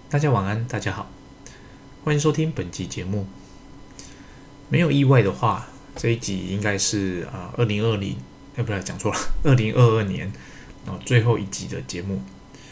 大家晚安，大家好，欢迎收听本集节目。没有意外的话，这一集应该是2020，不对，讲错了，2022年最后一集的节目。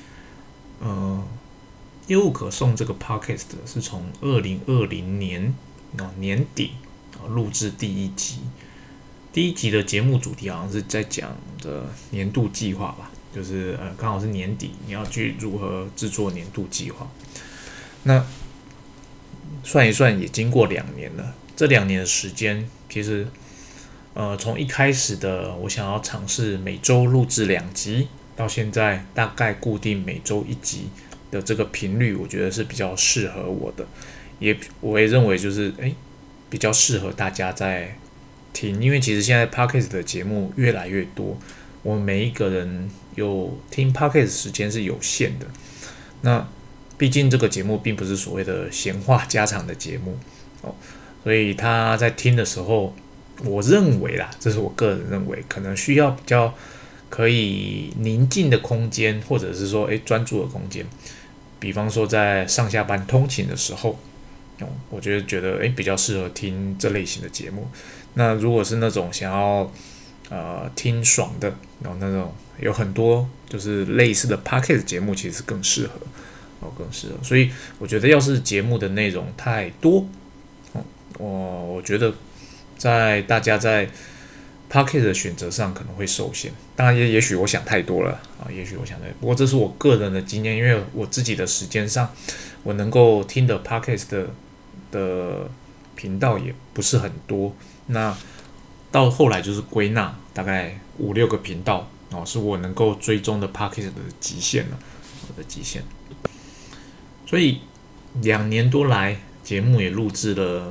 业务可颂这个 podcast 是从2020年年底录制第一集。第一集的节目主题好像是在讲的年度计划吧，就是刚好是年底，你要去如何制作年度计划。那算一算，也经过2年了。这2年的时间，其实从一开始的我想要尝试每周录制2集，到现在大概固定每周1集的这个频率，我觉得是比较适合我的，我也认为就是比较适合大家在听，因为其实现在 Podcast 的节目越来越多，我们每一个人有听 Podcast 时间是有限的。那毕竟这个节目并不是所谓的闲话家常的节目所以他在听的时候，我认为啦，这是我个人认为，可能需要比较可以宁静的空间，或者是说专注的空间。比方说在上下班通勤的时候，我觉得比较适合听这类型的节目。那如果是那种想要听爽的，然后那种有很多就是类似的 podcast 节目，其实更适合。所以我觉得要是节目的内容太多，我觉得大家在 podcast 的选择上可能会受限。当然也许我想太多了不过这是我个人的经验，因为我自己的时间上，我能够听的 podcast 的频道也不是很多。那到后来就是归纳大概5-6个频道是我能够追踪的 podcast 的极限了，我的极限。所以2年多来，节目也录制了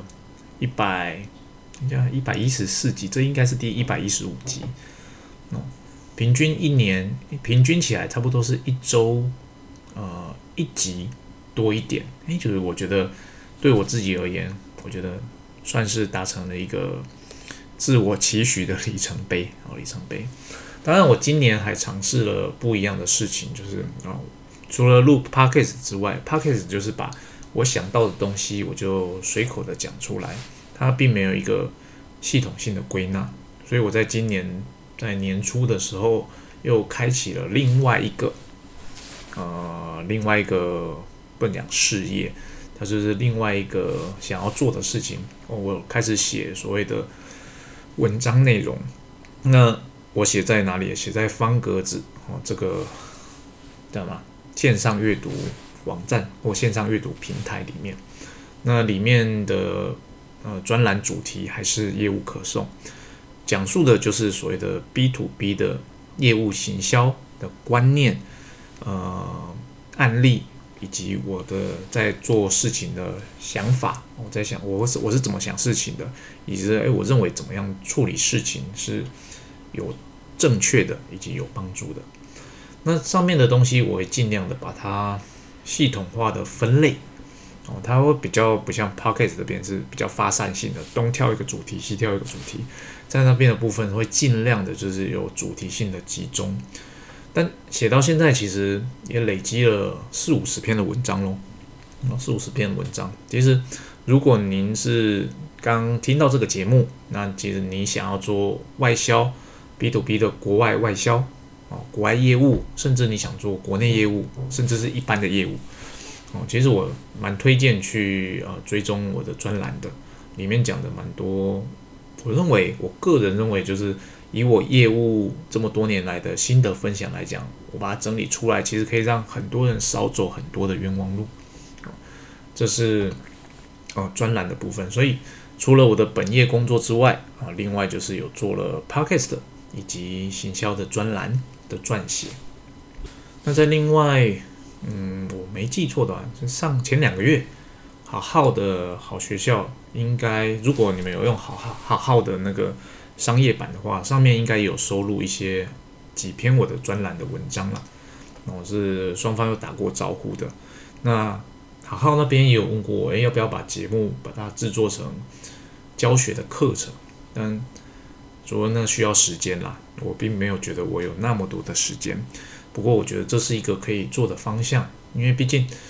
114集，这应该是第115集。平均一年平均起来差不多是1周1集多一点。就是我觉得对我自己而言，我觉得算是达成了一个自我期许的里程碑。当然，我今年还尝试了不一样的事情，就是除了录 podcast 之外， podcast 就是把我想到的东西我就随口的讲出来，它并没有一个系统性的归纳。所以我在今年在年初的时候又开启了另外一个不能讲事业，它就是另外一个想要做的事情。我开始写所谓的文章内容。那我写在哪里？写在方格子这个叫什么线上阅读网站或线上阅读平台里面。那里面的专栏主题还是业务可颂，讲述的就是所谓的 B to B 的业务行销的观念、案例，以及我的在做事情的想法。我在想我是怎么想事情的，以及我认为怎么样处理事情是有正确的以及有帮助的。那上面的东西我会尽量的把它系统化的分类它会比较不像 Podcast 这边是比较发散性的，东跳一个主题西跳一个主题，在那边的部分会尽量的就是有主题性的集中。但写到现在其实也累积了40-50篇的文章咯，40-50篇的文章。其实如果您是刚听到这个节目，那其实你想要做外销 B to B 的国外外销国外业务，甚至你想做国内业务，甚至是一般的业务其实我蛮推荐去追踪我的专栏的，里面讲的蛮多。我个人认为，就是以我业务这么多年来的心得分享来讲，我把它整理出来，其实可以让很多人少走很多的冤枉路。这是专栏的部分。所以除了我的本业工作之外另外就是有做了 podcast 以及行销的专栏的撰写。那在另外我没记错的话，前2个月好好的好学校，应该如果你们有用好的那个商业版的话，上面应该有收录几篇我的专栏的文章啦。我是双方有打过招呼的。那好那边也有问过我要不要把节目把它制作成教学的课程，但主要那需要时间啦，我并没有觉得我有那么多的时间。不过我觉得这是一个可以做的方向，因为毕竟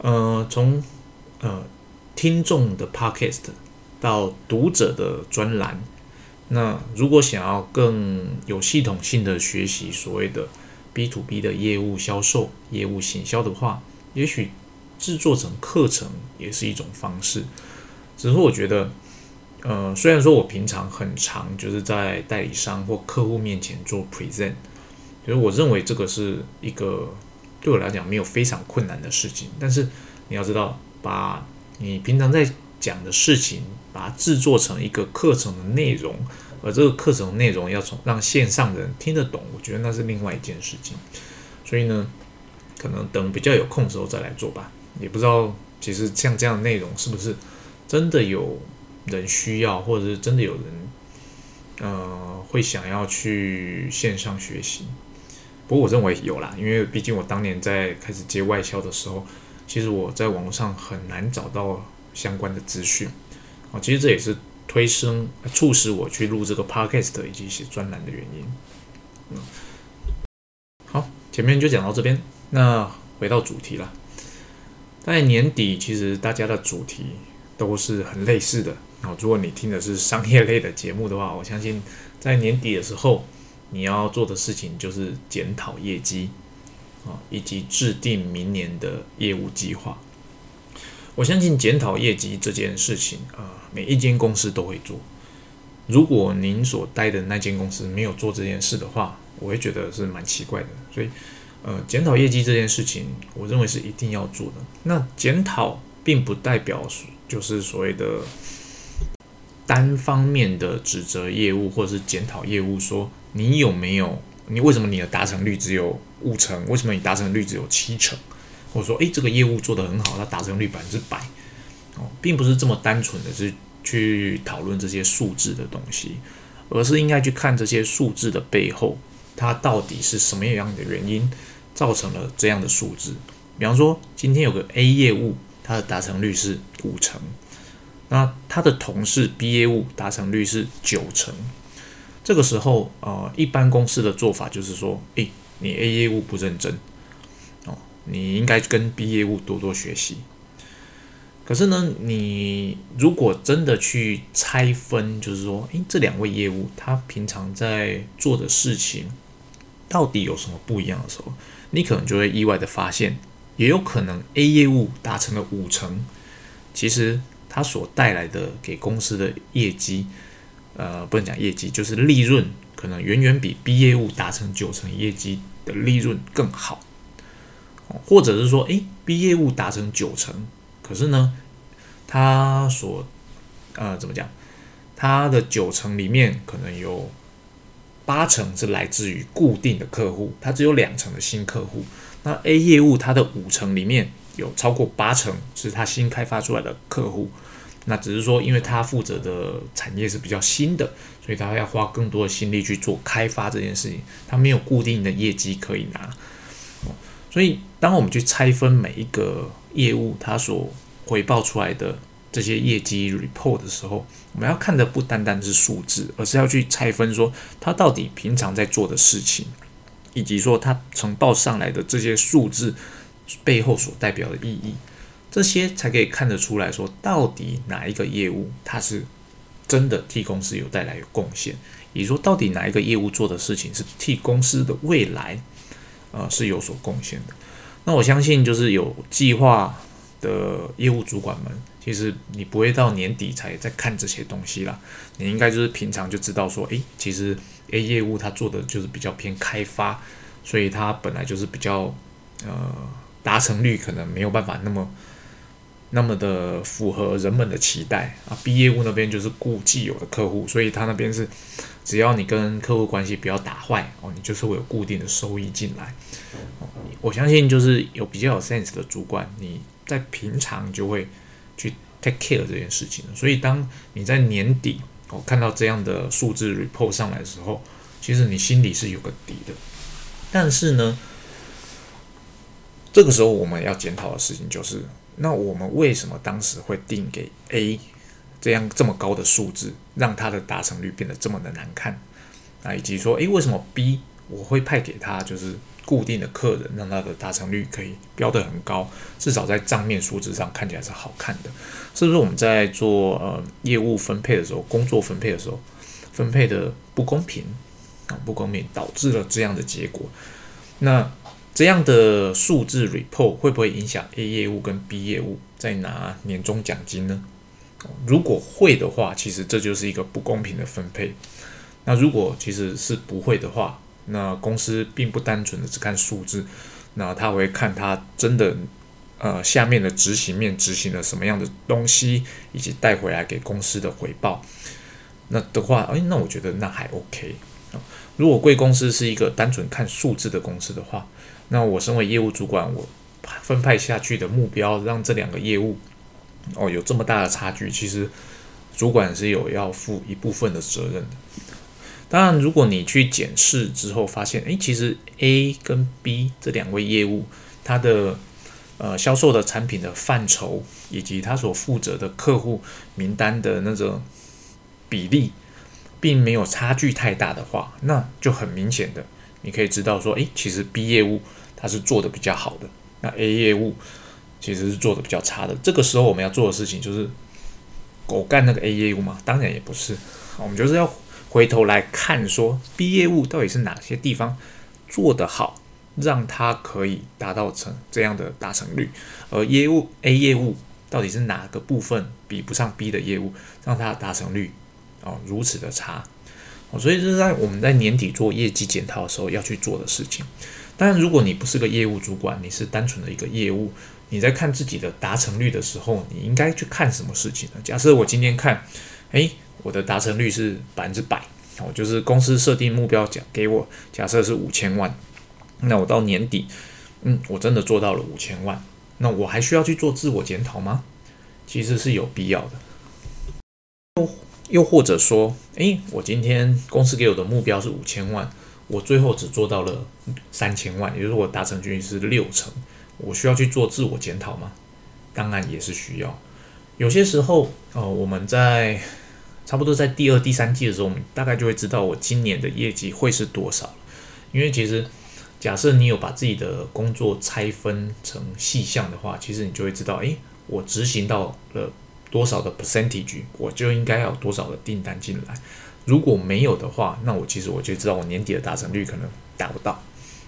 从听众的 podcast 到读者的专栏，那如果想要更有系统性的学习所谓的 B to B 的业务销售、业务行销的话，也许制作成课程也是一种方式。只是我觉得，虽然说我平常很常就是在代理商或客户面前做 present， 就是我认为这个是一个对我来讲没有非常困难的事情。但是你要知道，把你平常在讲的事情，把它制作成一个课程的内容，而这个课程内容要让线上的人听得懂，我觉得那是另外一件事情。所以呢，可能等比较有空的时候再来做吧。也不知道其实像这样的内容是不是真的有人需要，或者是真的有人会想要去线上学习。不过我认为有啦，因为毕竟我当年在开始接外销的时候，其实我在网络上很难找到相关的资讯。其实这也是促使我去录这个 podcast 以及写专栏的原因。好，前面就讲到这边，那回到主题啦。在年底，其实大家的主题都是很类似的。如果你听的是商业类的节目的话，我相信在年底的时候，你要做的事情就是检讨业绩以及制定明年的业务计划。我相信检讨业绩这件事情，每一间公司都会做。如果您所待的那间公司没有做这件事的话，我会觉得是蛮奇怪的。所以，检讨业绩这件事情，我认为是一定要做的。那检讨并不代表就是所谓的单方面的指责业务，或者是检讨业务，说你为什么你的达成率只有5成，为什么你达成率只有7成？或者说，这个业务做得很好，它达成率100%，并不是这么单纯的去讨论这些数字的东西，而是应该去看这些数字的背后，它到底是什么样的原因造成了这样的数字。比方说，今天有个 A 业务，它的达成率是5成，那他的同事 B 业务达成率是9成。这个时候，一般公司的做法就是说，你 A 业务不认真。你应该跟 B 业务多多学习。可是呢，你如果真的去拆分，就是说，这2位业务他平常在做的事情到底有什么不一样的时候，你可能就会意外的发现，也有可能 A 业务达成了5成，其实它所带来的给公司的业绩，不能讲业绩，就是利润，可能远远比 B 业务达成9成业绩的利润更好。或者是说，B 业务达成9成，可是呢，它所怎么讲？它的9成里面可能有8成是来自于固定的客户，它只有2成的新客户。那 A 业务它的5成里面有超过8成是它新开发出来的客户。那只是说，因为它负责的产业是比较新的，所以它要花更多的心力去做开发这件事情，它没有固定的业绩可以拿。所以，当我们去拆分每一个业务它所回报出来的这些业绩 report 的时候，我们要看的不单单是数字，而是要去拆分说它到底平常在做的事情，以及说它呈报上来的这些数字背后所代表的意义，这些才可以看得出来说，到底哪一个业务它是真的替公司有带来贡献，也就是说，到底哪一个业务做的事情是替公司的未来是有所贡献的。那我相信就是有计划的业务主管们，其实你不会到年底才在看这些东西啦，你应该就是平常就知道说，其实 A 业务它做的就是比较偏开发，所以它本来就是比较达成率可能没有办法那么的符合人们的期待啊。B 业务那边就是顾既有的客户，所以他那边是只要你跟客户关系不要打坏你就是会有固定的收益进来。我相信就是有比较有 sense 的主管，你在平常就会去 take care 这件事情。所以当你在年底看到这样的数字 report 上来的时候，其实你心里是有个底的。但是呢，这个时候我们要检讨的事情就是，那我们为什么当时会定给 A 这么高的数字，让它的达成率变得这么的难看以及说，为什么 B 我会派给他就是固定的客人，让它的达成率可以标得很高，至少在账面数字上看起来是好看的。是不是我们在做业务分配的时候，工作分配的时候，分配的不公平导致了这样的结果？那这样的数字 report 会不会影响 A 业务跟 B 业务在拿年终奖金呢？如果会的话，其实这就是一个不公平的分配。那如果其实是不会的话，那公司并不单纯的只看数字，那他会看他真的下面的执行面执行了什么样的东西，以及带回来给公司的回报。那的话，那我觉得那还 OK。如果贵公司是一个单纯看数字的公司的话，那我身为业务主管，我分派下去的目标让这两个业务有这么大的差距，其实主管是有要负一部分的责任的。当然，如果你去检视之后发现，其实 A 跟 B 这两位业务，它的销售的产品的范畴，以及他所负责的客户名单的那种比例，并没有差距太大的话，那就很明显的，你可以知道说，其实 B 业务它是做的比较好的，那 A 业务其实是做的比较差的。这个时候我们要做的事情就是狗干那个 A 业务嘛？当然也不是，我们就是要回头来看说 B 业务到底是哪些地方做得好，让它可以达到这样的达成率，而A 业务到底是哪个部分比不上 B 的业务，让它的达成率如此的差。所以这是我们在年底做业绩检讨的时候要去做的事情。当然，如果你不是个业务主管，你是单纯的一个业务，你在看自己的达成率的时候，你应该去看什么事情呢？假设我今天看，我的达成率是100%，就是公司设定目标给我，假设是5000万，那我到年底，我真的做到了5000万，那我还需要去做自我检讨吗？其实是有必要的。又或者说，我今天公司给我的目标是5000万，我最后只做到了3000万，也就是我达成率是60%，我需要去做自我检讨吗？当然也是需要。有些时候，我们在差不多在第2、第3季的时候，我们大概就会知道我今年的业绩会是多少了。因为其实假设你有把自己的工作拆分成细项的话，其实你就会知道，我执行到了多少的 percentage， 我就应该要有多少的订单进来。如果没有的话，那我就知道我年底的达成率可能达不到。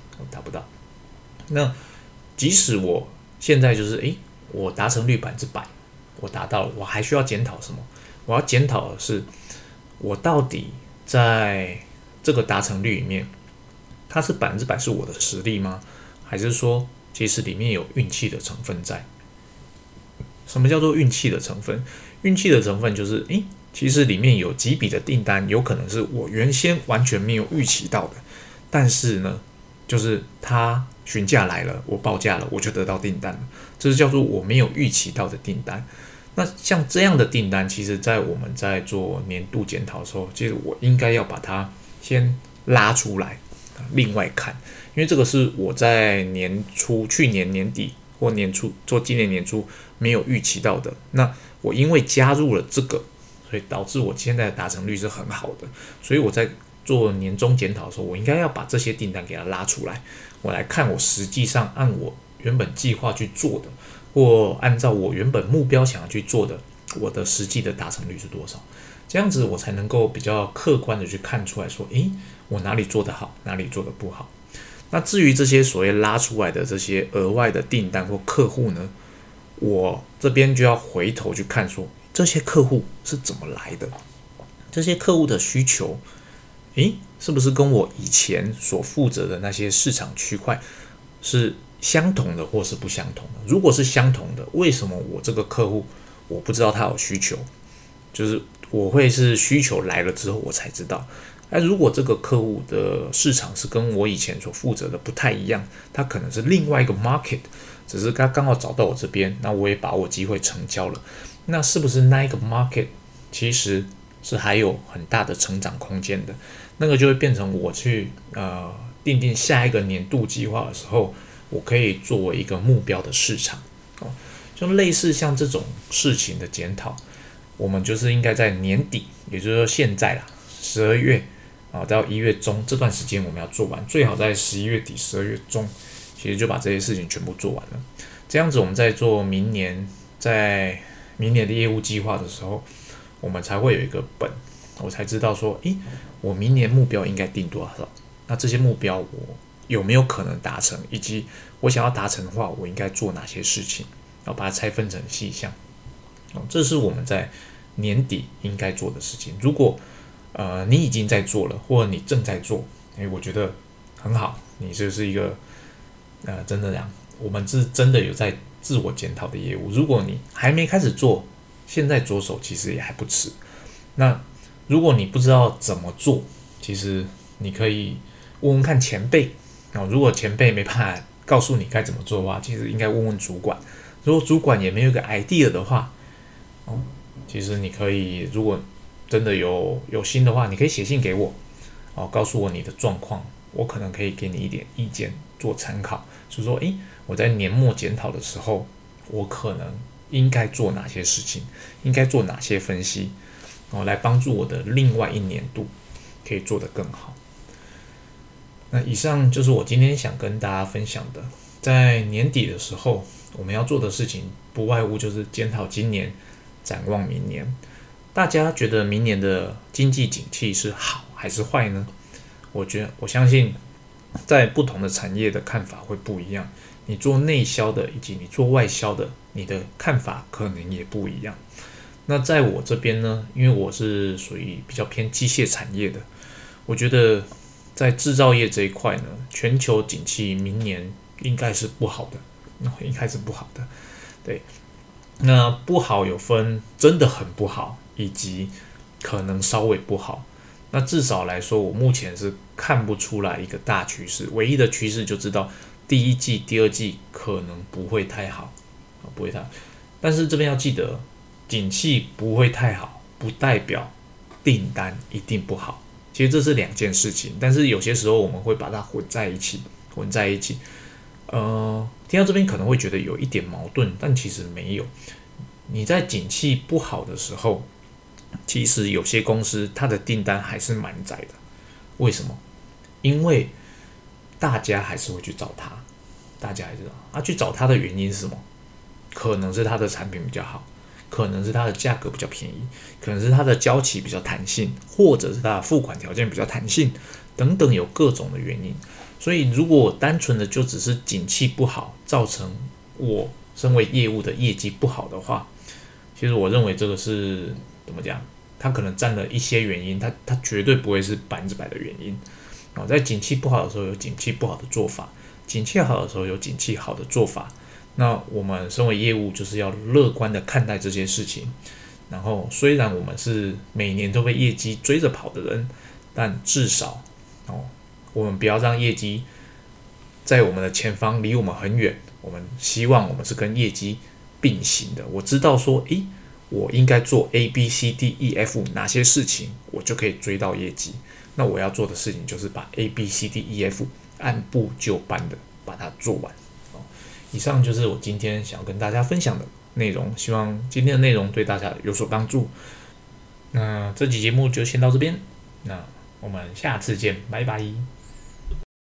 那即使我现在就是我达成率100%，我达到了，我还需要检讨什么？我要检讨的是，我到底在这个达成率里面，它是100%是我的实力吗？还是说其实里面有运气的成分在？什么叫做运气的成分？运气的成分就是其实里面有几笔的订单有可能是我原先完全没有预期到的，但是呢就是它询价来了，我报价了，我就得到订单了，这是叫做我没有预期到的订单。那像这样的订单，其实在我们在做年度检讨的时候，其实我应该要把它先拉出来另外看，因为这个是我在去年年底或年初做今年年初没有预期到的。那我因为加入了这个，所以导致我现在的达成率是很好的。所以我在做年终检讨的时候，我应该要把这些订单给它拉出来，我来看我实际上按我原本计划去做的，或按照我原本目标想要去做的，我的实际的达成率是多少？这样子我才能够比较客观的去看出来说，我哪里做得好，哪里做得不好。那至于这些所谓拉出来的这些额外的订单或客户呢，我这边就要回头去看说，这些客户是怎么来的？这些客户的需求，是不是跟我以前所负责的那些市场区块是相同的，或是不相同的？如果是相同的，为什么我这个客户我不知道他有需求？就是我会是需求来了之后我才知道。如果这个客户的市场是跟我以前所负责的不太一样，他可能是另外一个 market， 只是他刚好找到我这边，那我也把握机会成交了。那是不是那一个 market 其实是还有很大的成长空间的？那个就会变成我去定下一个年度计划的时候，我可以作为一个目标的市场。就类似像这种事情的检讨，我们就是应该在年底，也就是说现在啦，12月到1月中这段时间我们要做完，最好在11月底、12月中，其实就把这些事情全部做完了。这样子我们在做明年的业务计划的时候，我们才会有一个本，我才知道说，我明年目标应该定多少？那这些目标我有没有可能达成？以及我想要达成的话，我应该做哪些事情？然后把它拆分成细项。这是我们在年底应该做的事情。如果你已经在做了，或者你正在做，我觉得很好，你就是一个真的讲，我们是真的有在自我检讨的业务。如果你还没开始做，现在着手其实也还不迟。那如果你不知道怎么做，其实你可以问问看前辈。如果前辈没办法告诉你该怎么做的话，其实应该问问主管。如果主管也没有一个 idea 的话，其实你可以，如果真的有心的话，你可以写信给我，告诉我你的状况，我可能可以给你一点意见做参考，就是说，我在年末检讨的时候，我可能应该做哪些事情，应该做哪些分析，来帮助我的另外一年度可以做得更好。那以上就是我今天想跟大家分享的，在年底的时候，我们要做的事情不外乎就是检讨今年，展望明年。大家觉得明年的经济景气是好还是坏呢？我相信在不同的产业的看法会不一样。你做内销的以及你做外销的，你的看法可能也不一样。那在我这边呢，因为我是属于比较偏机械产业的，我觉得在制造业这一块呢，全球景气明年应该是不好的，对。那不好有分真的很不好，以及可能稍微不好。那至少来说，我目前是看不出来一个大趋势，唯一的趋势就知道第一季、第二季可能不会太好，但是这边要记得，景气不会太好，不代表订单一定不好。其实这是两件事情，但是有些时候我们会把它混在一起。听到这边可能会觉得有一点矛盾，但其实没有。你在景气不好的时候，其实有些公司它的订单还是蛮窄的。为什么？因为大家还是会去找他，去找他的原因是什么？可能是他的产品比较好，可能是他的价格比较便宜，可能是他的交期比较弹性，或者是他的付款条件比较弹性，等等，有各种的原因。所以如果单纯的就只是景气不好造成我身为业务的业绩不好的话，其实我认为这个是怎么讲？它可能占了一些原因，它绝对不会是100%的原因。在景气不好的时候有景气不好的做法，景气好的时候有景气好的做法。那我们身为业务就是要乐观的看待这件事情。然后虽然我们是每年都被业绩追着跑的人，但至少我们不要让业绩在我们的前方离我们很远，我们希望我们是跟业绩并行的。我知道说，我应该做 A、B、C、D、E、F 哪些事情，我就可以追到业绩。那我要做的事情就是把 A、B、C、D、E、F 按部就班的把它做完。以上就是我今天想要跟大家分享的内容，希望今天的内容对大家有所帮助。那这期节目就先到这边，那我们下次见，拜拜。